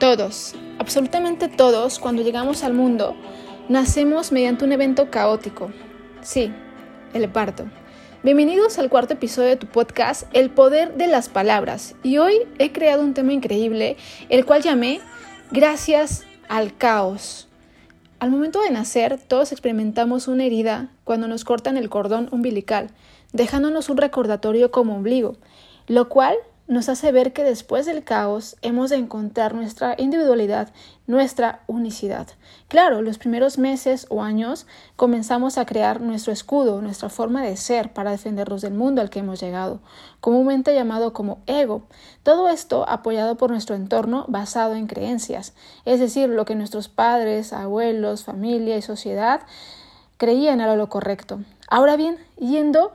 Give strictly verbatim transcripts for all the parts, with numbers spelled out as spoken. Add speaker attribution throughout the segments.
Speaker 1: Todos, absolutamente todos, cuando llegamos al mundo, nacemos mediante un evento caótico. Sí, el parto. Bienvenidos al cuarto episodio de tu podcast, El Poder de las Palabras. Y hoy he creado un tema increíble, el cual llamé Gracias al Caos. Al momento de nacer, todos experimentamos una herida cuando nos cortan el cordón umbilical, dejándonos un recordatorio como ombligo, lo cual nos hace ver que después del caos hemos de encontrar nuestra individualidad, nuestra unicidad. Claro, los primeros meses o años comenzamos a crear nuestro escudo, nuestra forma de ser para defendernos del mundo al que hemos llegado, comúnmente llamado como ego. Todo esto apoyado por nuestro entorno basado en creencias, es decir, lo que nuestros padres, abuelos, familia y sociedad creían era lo correcto. Ahora bien, yendo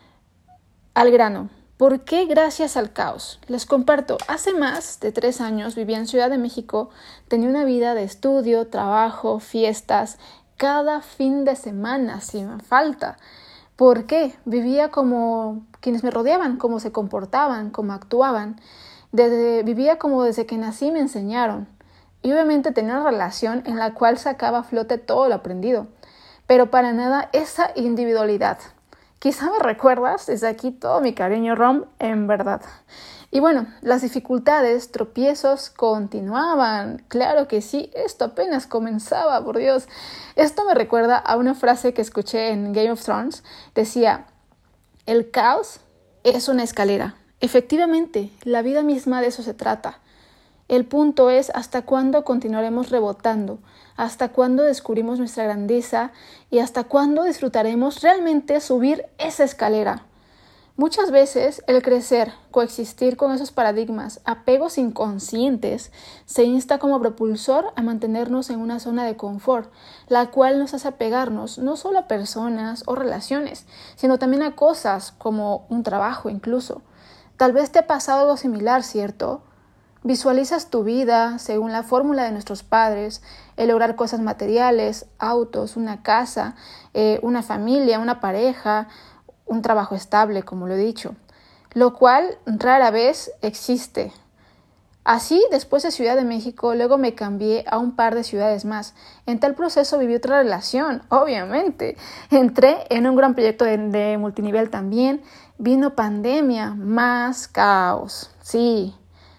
Speaker 1: al grano. ¿Por qué gracias al caos? Les comparto, hace más de tres años vivía en Ciudad de México, tenía una vida de estudio, trabajo, fiestas, cada fin de semana, sin falta. ¿Por qué? Vivía como quienes me rodeaban, cómo se comportaban, cómo actuaban. Desde, vivía como desde que nací me enseñaron. Y obviamente tenía una relación en la cual sacaba a flote todo lo aprendido, pero para nada esa individualidad. Quizá me recuerdas, desde aquí todo mi cariño, Rom, en verdad. Y bueno, las dificultades, tropiezos continuaban. Claro que sí, esto apenas comenzaba, por Dios. Esto me recuerda a una frase que escuché en Game of Thrones. Decía, el caos es una escalera. Efectivamente, la vida misma de eso se trata. El punto es hasta cuándo continuaremos rebotando, hasta cuándo descubrimos nuestra grandeza y hasta cuándo disfrutaremos realmente subir esa escalera. Muchas veces el crecer, coexistir con esos paradigmas, apegos inconscientes, se insta como propulsor a mantenernos en una zona de confort, la cual nos hace apegarnos no solo a personas o relaciones, sino también a cosas como un trabajo incluso. Tal vez te ha pasado algo similar, ¿cierto? Visualizas tu vida según la fórmula de nuestros padres, el lograr cosas materiales, autos, una casa, eh, una familia, una pareja, un trabajo estable, como lo he dicho, lo cual rara vez existe. Así, después de Ciudad de México, luego me cambié a un par de ciudades más. En tal proceso viví otra relación, obviamente. Entré en un gran proyecto de, de multinivel también. Vino pandemia, más caos. Sí.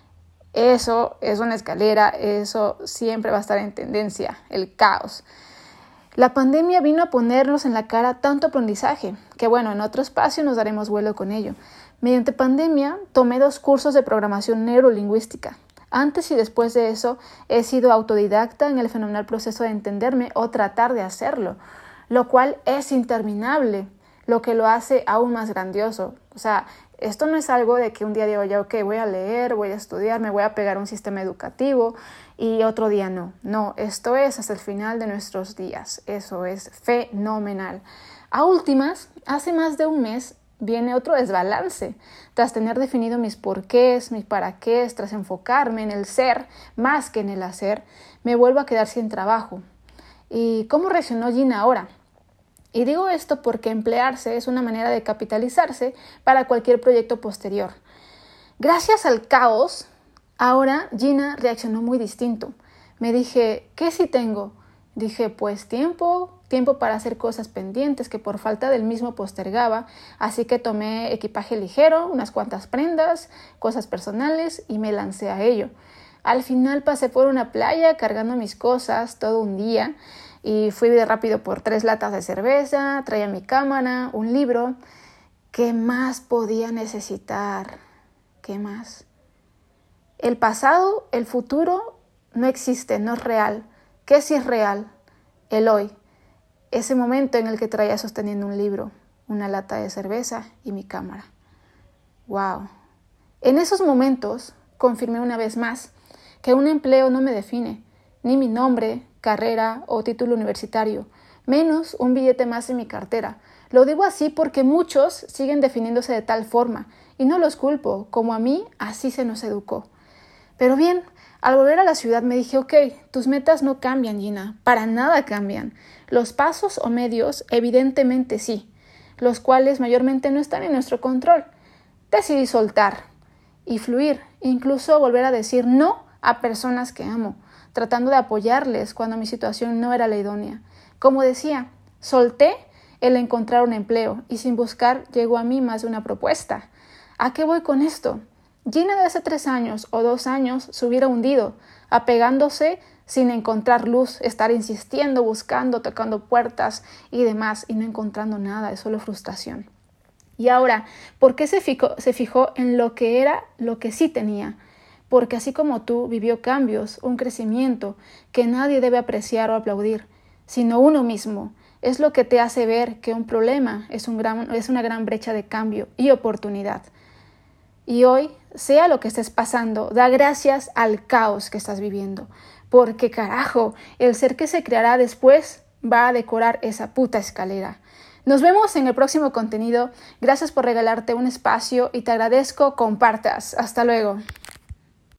Speaker 1: Eso es una escalera, eso siempre va a estar en tendencia, el caos. La pandemia vino a ponernos en la cara tanto aprendizaje, que bueno, en otro espacio nos daremos vuelo con ello. Mediante pandemia tomé dos cursos de programación neurolingüística. Antes y después de eso he sido autodidacta en el fenomenal proceso de entenderme o tratar de hacerlo, lo cual es interminable, lo que lo hace aún más grandioso. O sea, esto no es algo de que un día digo ya, ok, voy a leer, voy a estudiar, me voy a pegar a un sistema educativo y otro día no. No, esto es hasta el final de nuestros días. Eso es fenomenal. A últimas, hace más de un mes viene otro desbalance. Tras tener definido mis porqués, mis para qués, tras enfocarme en el ser más que en el hacer, me vuelvo a quedar sin trabajo. ¿Y cómo reaccionó Gina ahora? Y digo esto porque emplearse es una manera de capitalizarse para cualquier proyecto posterior. Gracias al caos, ahora Gina reaccionó muy distinto. Me dije, ¿qué sí tengo? Dije, pues tiempo, tiempo para hacer cosas pendientes que por falta del mismo postergaba. Así que tomé equipaje ligero, unas cuantas prendas, cosas personales y me lancé a ello. Al final pasé por una playa cargando mis cosas todo un día. Y fui de rápido por tres latas de cerveza, traía mi cámara, un libro. ¿Qué más podía necesitar? ¿Qué más? El pasado, el futuro, no existe, no es real. ¿Qué sí es real? El hoy. Ese momento en el que traía sosteniendo un libro, una lata de cerveza y mi cámara. ¡Wow! En esos momentos confirmé una vez más que un empleo no me define, ni mi nombre, carrera o título universitario, menos un billete más en mi cartera. Lo digo así porque muchos siguen definiéndose de tal forma y no los culpo, como a mí así se nos educó. Pero bien, al volver a la ciudad me dije, ok, tus metas no cambian, Gina, para nada cambian. Los pasos o medios evidentemente sí, los cuales mayormente no están en nuestro control. Decidí soltar y fluir, incluso volver a decir no a personas que amo, tratando de apoyarles cuando mi situación no era la idónea. Como decía, solté el encontrar un empleo y sin buscar llegó a mí más de una propuesta. ¿A qué voy con esto? Gina de hace tres años o dos años se hubiera hundido, apegándose sin encontrar luz, estar insistiendo, buscando, tocando puertas y demás y no encontrando nada, es solo frustración. Y ahora, ¿por qué se fijó, se fijó en lo que era, lo que sí tenía? Porque así como tú, vivió cambios, un crecimiento que nadie debe apreciar o aplaudir, sino uno mismo. Es lo que te hace ver que un problema es, un gran, es una gran brecha de cambio y oportunidad. Y hoy, sea lo que estés pasando, da gracias al caos que estás viviendo. Porque carajo, el ser que se creará después va a decorar esa puta escalera. Nos vemos en el próximo contenido. Gracias por regalarte un espacio y te agradezco compartas. Hasta luego.